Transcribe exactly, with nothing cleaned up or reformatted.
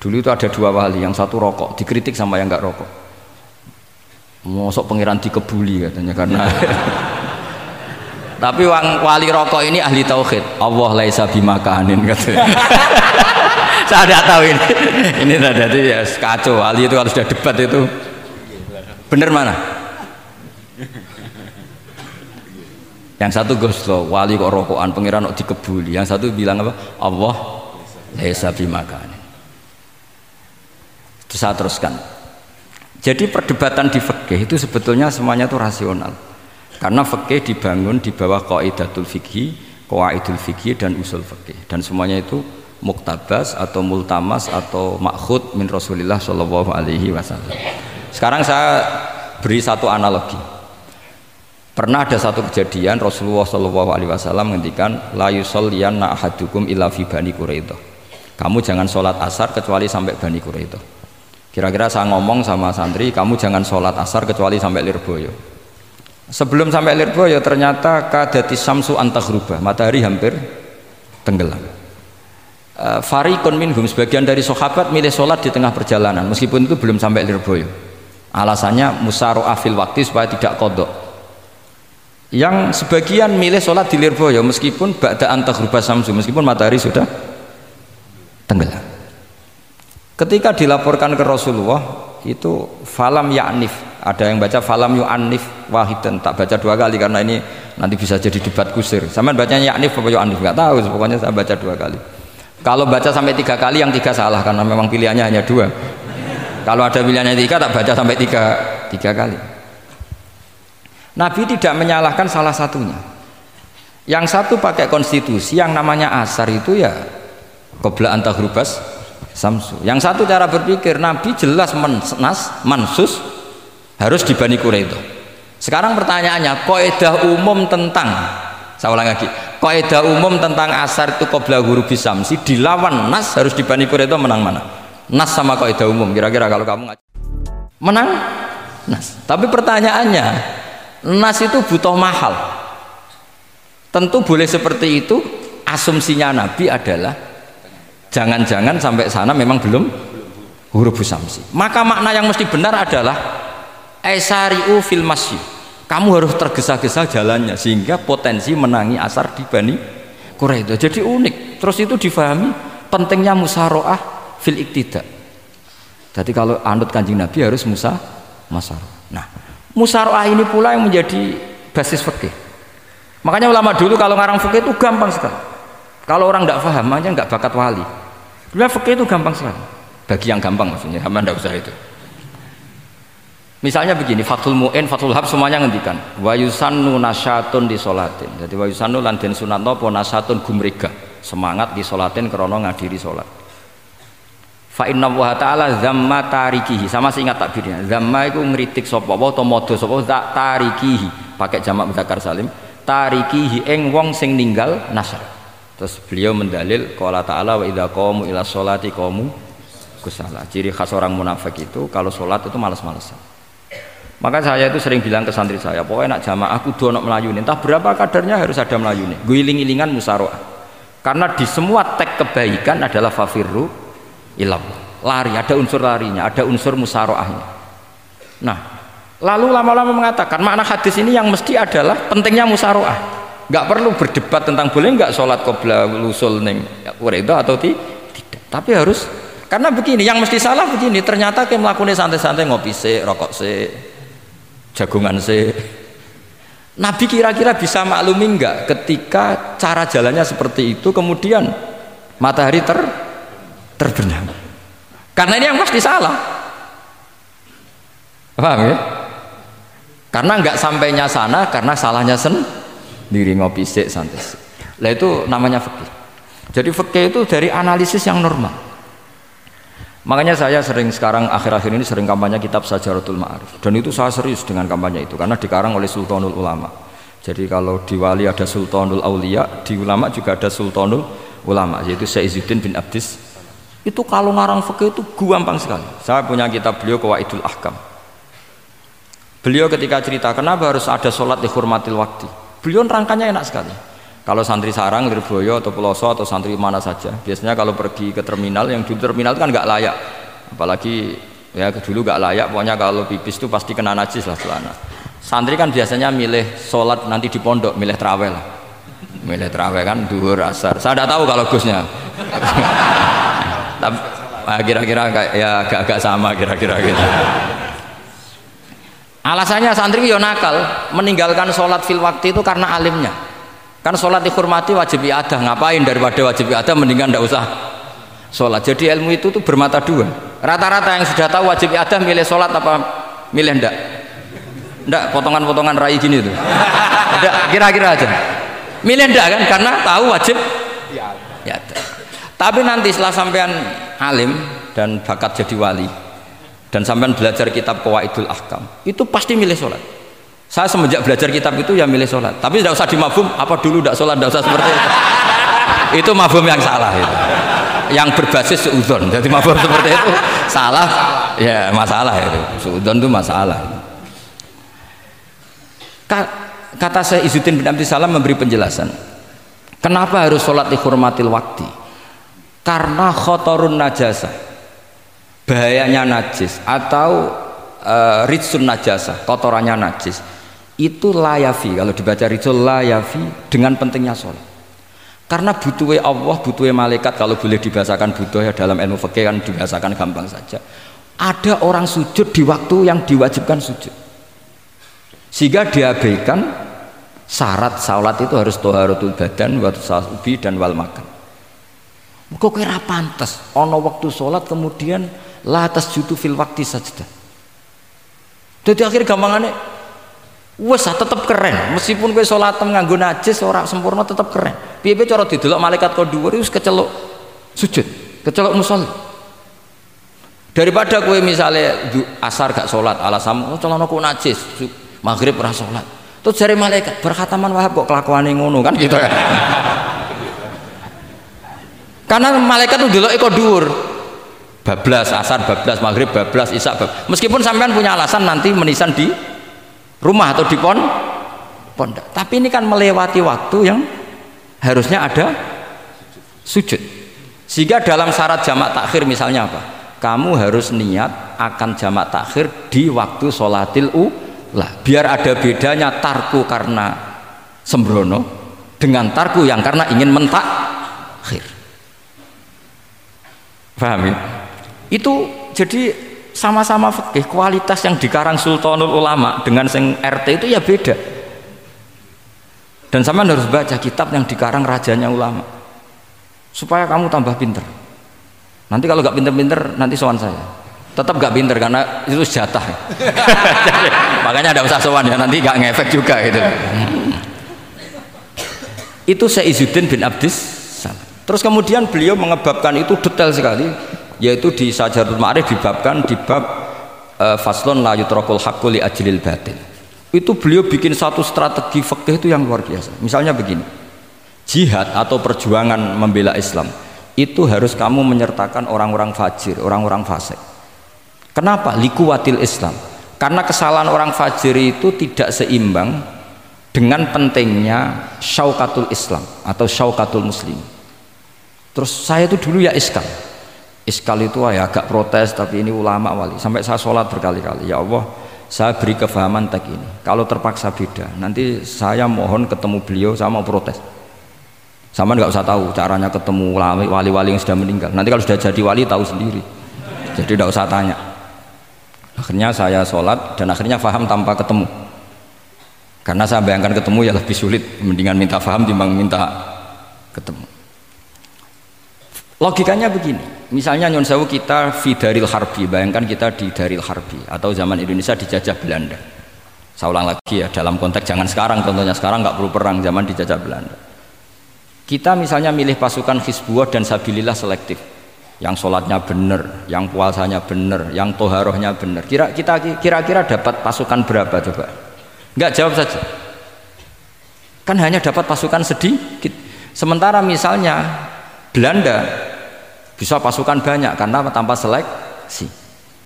Dulu itu ada dua wali, yang satu rokok, dikritik sama yang nggak rokok. Mosok pangeran dikebuli katanya karena tapi wang wali rokok ini ahli tauhid. Allah laisa bimakanin katanya. Saya tidak tahu ini. Ini tadi ya kacau. Wali itu kalau sudah debat itu bener mana? Yang satu goslo, wali kok rokokan, pangeran kok dikebuli. Yang satu bilang apa? Allah laisa bimakanin. Terus saya teruskan. Jadi perdebatan di fikih itu sebetulnya semuanya itu rasional. Karena fikih dibangun di bawah qaidatul fikih, qawaidul fikih dan usul fikih. Dan semuanya itu muktabas atau multamas atau makhud min Rasulillah sallallahu alaihi wasallam. Sekarang saya beri satu analogi. Pernah ada satu kejadian Rasulullah sallallahu alaihi wasallam menghentikan la yusalliyanna ahadukum illa fi Bani Quraidah. Kamu jangan sholat asar kecuali sampai Bani Quraidah. Kira-kira saya ngomong sama santri, kamu jangan sholat asar kecuali sampai Lirboyo. Sebelum sampai Lirboyo ternyata kadati samsu antaghruba, matahari hampir tenggelam. Uh, Farikun minhum, sebagian dari sahabat milih sholat di tengah perjalanan, meskipun itu belum sampai Lirboyo. Alasannya musaro'ah fil waktu supaya tidak kodok. Yang sebagian milih sholat di Lirboyo meskipun ba'da antaghruba samsu, meskipun matahari sudah tenggelam. Ketika dilaporkan ke Rasulullah itu falam ya'nif, ada yang baca falam yu'anif wahidan, tak baca dua kali karena ini nanti bisa jadi debat kusir. Sama bacanya ya'nif apa yu'anif nggak tahu, pokoknya saya baca dua kali. Kalau baca sampai tiga kali yang tiga salah karena memang pilihannya hanya dua. Kalau ada pilihannya tiga tak baca sampai tiga tiga kali. Nabi tidak menyalahkan salah satunya. Yang satu pakai konstitusi yang namanya asar itu ya qobla antaghrubas samsu. Yang satu cara berpikir Nabi jelas menas, mansus harus di Bani Quraidah. Sekarang pertanyaannya, kaidah umum tentang, saya ulang lagi, kaidah umum tentang asar itu qobla ghurubis samsi dilawan nas harus di Bani Quraidah, menang mana? Nas sama kaidah umum. Kira-kira kalau kamu menang nas. Tapi pertanyaannya, nas itu butuh mahal. Tentu boleh seperti itu. Asumsinya Nabi adalah jangan-jangan sampai sana memang belum huruf samsi. Maka makna yang mesti benar adalah esariu fil masyi. Kamu harus tergesa-gesa jalannya sehingga potensi menangi asar di Bani Quraidah. Jadi unik. Terus itu difahami pentingnya musaroah fil iktida. Jadi kalau anut Kanjeng Nabi harus musa masaroah. Nah, musaroah ini pula yang menjadi basis fikih. Makanya ulama dulu kalau ngarang fikih itu gampang sekali. Kalau orang tidak paham, makanya nggak bakat wali. Sebenarnya fikih itu gampang sekali. Bagi yang gampang maksudnya, sama tidak usah itu. Misalnya begini, Fathul Mu'in, Fathul Hab semuanya ngendikan wa yusannu nasyatun di sholatin. Jadi wa yusannu lan den sunatno apa nasyatun gumrega, semangat di sholatin krana ngadiri sholat. Fa inna wa ta'ala zamma tarikihi, sama seingat takbirnya. Zamma itu ngritik sapa wa tomodo sapa tarikihi, pakai jamak muzakkar salim. Tarikihi ing wong sing ninggal nasyat. Terus beliau mendalil qala ta'ala wa idza qamu ila sholati qamu kusala. Ciri khas orang munafik itu kalau sholat itu malas-malesan. Maka saya itu sering bilang ke santri saya, pokoknya nak jamaah kudu ono melayune. Entah berapa kadarnya harus ada melayune. Guling-gilingan musaroah. Karena di semua teks kebaikan adalah fafirru ilallah. Lari, ada unsur larinya, ada unsur musaroahnya. Nah, lalu lama-lama mengatakan makna hadis ini yang mesti adalah pentingnya musaroah. Nggak perlu berdebat tentang boleh nggak sholat qobla lusul neng Quraidah atau tidak, tapi harus, karena begini yang mesti salah begini, ternyata kayak melakukan santai-santai ngopi se, rokok se, jagungan se. Nabi kira-kira bisa maklumi nggak ketika cara jalannya seperti itu kemudian matahari ter terbenam? Karena ini yang pasti salah, paham ya? Karena nggak sampainya sana karena salahnya sen diri ngopi sik santai. Lah itu namanya fikih. Jadi fikih itu dari analisis yang normal. Makanya saya sering sekarang akhir-akhir ini sering kampanye kitab Sajaratul Ma'arif. Dan itu saya serius dengan kampanye itu karena dikarang oleh Sultanul Ulama. Jadi kalau di wali ada Sultanul Aulia, di ulama juga ada Sultanul Ulama, yaitu Syekh Izzuddin bin Abdis. Itu kalau ngarang fikih itu gampang sekali. Saya punya kitab beliau Qawaidul Ahkam. Beliau ketika cerita kenapa harus ada sholat dihormatil waktu, beliau rangkanya enak sekali. Kalau santri Sarang, Lirboyo atau Peloso atau santri mana saja, biasanya kalau pergi ke terminal, yang dulu terminal kan nggak layak, apalagi ya dulu nggak layak, pokoknya kalau pipis itu pasti kena najis lah celana. Santri kan biasanya milih sholat nanti di pondok, milih terawih lah, milih terawih kan duhur asar. Saya tidak tahu kalau Gusnya, tapi kira-kira ya agak-agak sama kira-kira gitu. Alasannya santri yo nakal, meninggalkan sholat fil waktu itu karena alimnya. Kan sholat dihormati wajib iadah, ngapain daripada wajib iadah mendingan tidak usah sholat. Jadi ilmu itu tuh bermata dua. Rata-rata yang sudah tahu wajib iadah milih sholat apa milih ndak? Ndak, potongan-potongan rai gini tuh. Ndak, kira-kira aja. Milih ndak kan karena tahu wajib iadah. Tapi nanti setelah sampean alim dan bakat jadi wali dan sampean belajar kitab Qawaidul Ahkam, itu pasti milih sholat. Saya semenjak belajar kitab itu ya milih sholat, tapi tidak usah dimafhum apa dulu tidak sholat, tidak usah seperti itu. Itu mafhum yang salah itu, yang berbasis suudzon. Jadi mafhum seperti itu salah, ya masalah itu. Suudzon itu masalah. Kata saya Izzuddin bin Abdissalam memberi penjelasan, kenapa harus sholat dihormatil waktu? Karena khotorun najasah, bahayanya najis atau uh, ritsun najasah, kotorannya najis. Itu layafi, kalau dibaca rizul layafi dengan pentingnya sholat. Karena butuhnya Allah, butuhnya malaikat, kalau boleh dibahasakan butuh ya dalam ilmu fikih kan dibahasakan gampang saja. Ada orang sujud di waktu yang diwajibkan sujud, sehingga diabaikan syarat sholat itu harus toharatul badan, wa tasawubi dan wal makan. Kok kira pantas ono waktu sholat kemudian la tasjudu fil waktu sajdah. Jadi akhir gampangannya wes tetep keren, meskipun kowe sholatem nganggo najis ora sempurna tetep keren. Piye-piye cara didelok malaikat kok dhuwur wis keceluk sujud, keceluk musolli. Daripada kowe misale asar gak sholat alasan oh celanaku najis, maghrib ora sholat. Terus jare malaikat berkhataman Wahab kok kelakuane ngono kan gitu ya. Karena malaikat tuh delok kok dhuwur. Bablas asar, bablas maghrib, bablas isya, bablas. Meskipun sampean punya alasan nanti menisan di rumah atau di pon pondok, tapi ini kan melewati waktu yang harusnya ada sujud. Sehingga dalam syarat jamak takhir misalnya apa? Kamu harus niat akan jamak takhir di waktu sholatil ula, biar ada bedanya tarku karena sembrono dengan tarku yang karena ingin mentakhir. Paham ya? Itu jadi sama-sama fikih, kualitas yang dikarang Sultanul Ulama dengan sing R T itu ya beda. Dan sama harus baca kitab yang dikarang rajanya ulama supaya kamu tambah pinter. Nanti kalau gak pinter-pinter nanti sowan saya. Tetap gak pinter karena itu jatah. Makanya ada usah sowan ya, nanti gak ngefek juga gitu. Itu Syekh Izzuddin bin Abdissalam. Terus kemudian beliau mengebabkan itu detail sekali, yaitu di Sajaratul Ma'arif dibabkan di bab uh, faslon la yutrakul haqqu li ajlil batil. Itu beliau bikin satu strategi fikih itu yang luar biasa. Misalnya begini, jihad atau perjuangan membela Islam itu harus kamu menyertakan orang-orang fajir, orang-orang fasik. Kenapa? Likuwatil Islam. Karena kesalahan orang fajir itu tidak seimbang dengan pentingnya syaukatul Islam atau syaukatul muslim. Terus saya itu dulu ya iskal iskal itu ya agak protes, tapi ini ulama wali, sampai saya sholat berkali-kali, ya Allah saya beri kefahaman tag ini, kalau terpaksa beda nanti saya mohon ketemu beliau, saya mau protes. Sama nggak usah tahu caranya ketemu wali-wali yang sudah meninggal, nanti kalau sudah jadi wali tahu sendiri, jadi tidak usah tanya. Akhirnya saya sholat dan akhirnya faham tanpa ketemu, karena saya bayangkan ketemu ya lebih sulit, mendingan minta faham timbang minta ketemu. Logikanya begini, misalnya nyon sewu kita di Daril Harbi, bayangkan kita di Daril Harbi atau zaman Indonesia dijajah Belanda. Saya ulang lagi ya, dalam konteks jangan sekarang, contohnya sekarang nggak perlu perang, zaman dijajah Belanda. Kita misalnya milih pasukan Hizbullah dan Sabilillah selektif, yang sholatnya benar, yang puasanya benar, yang toharohnya benar. Kira kita kira-kira dapat pasukan berapa coba? Nggak, jawab saja. Kan hanya dapat pasukan sedikit. Sementara misalnya Belanda bisa pasukan banyak karena tanpa seleksi.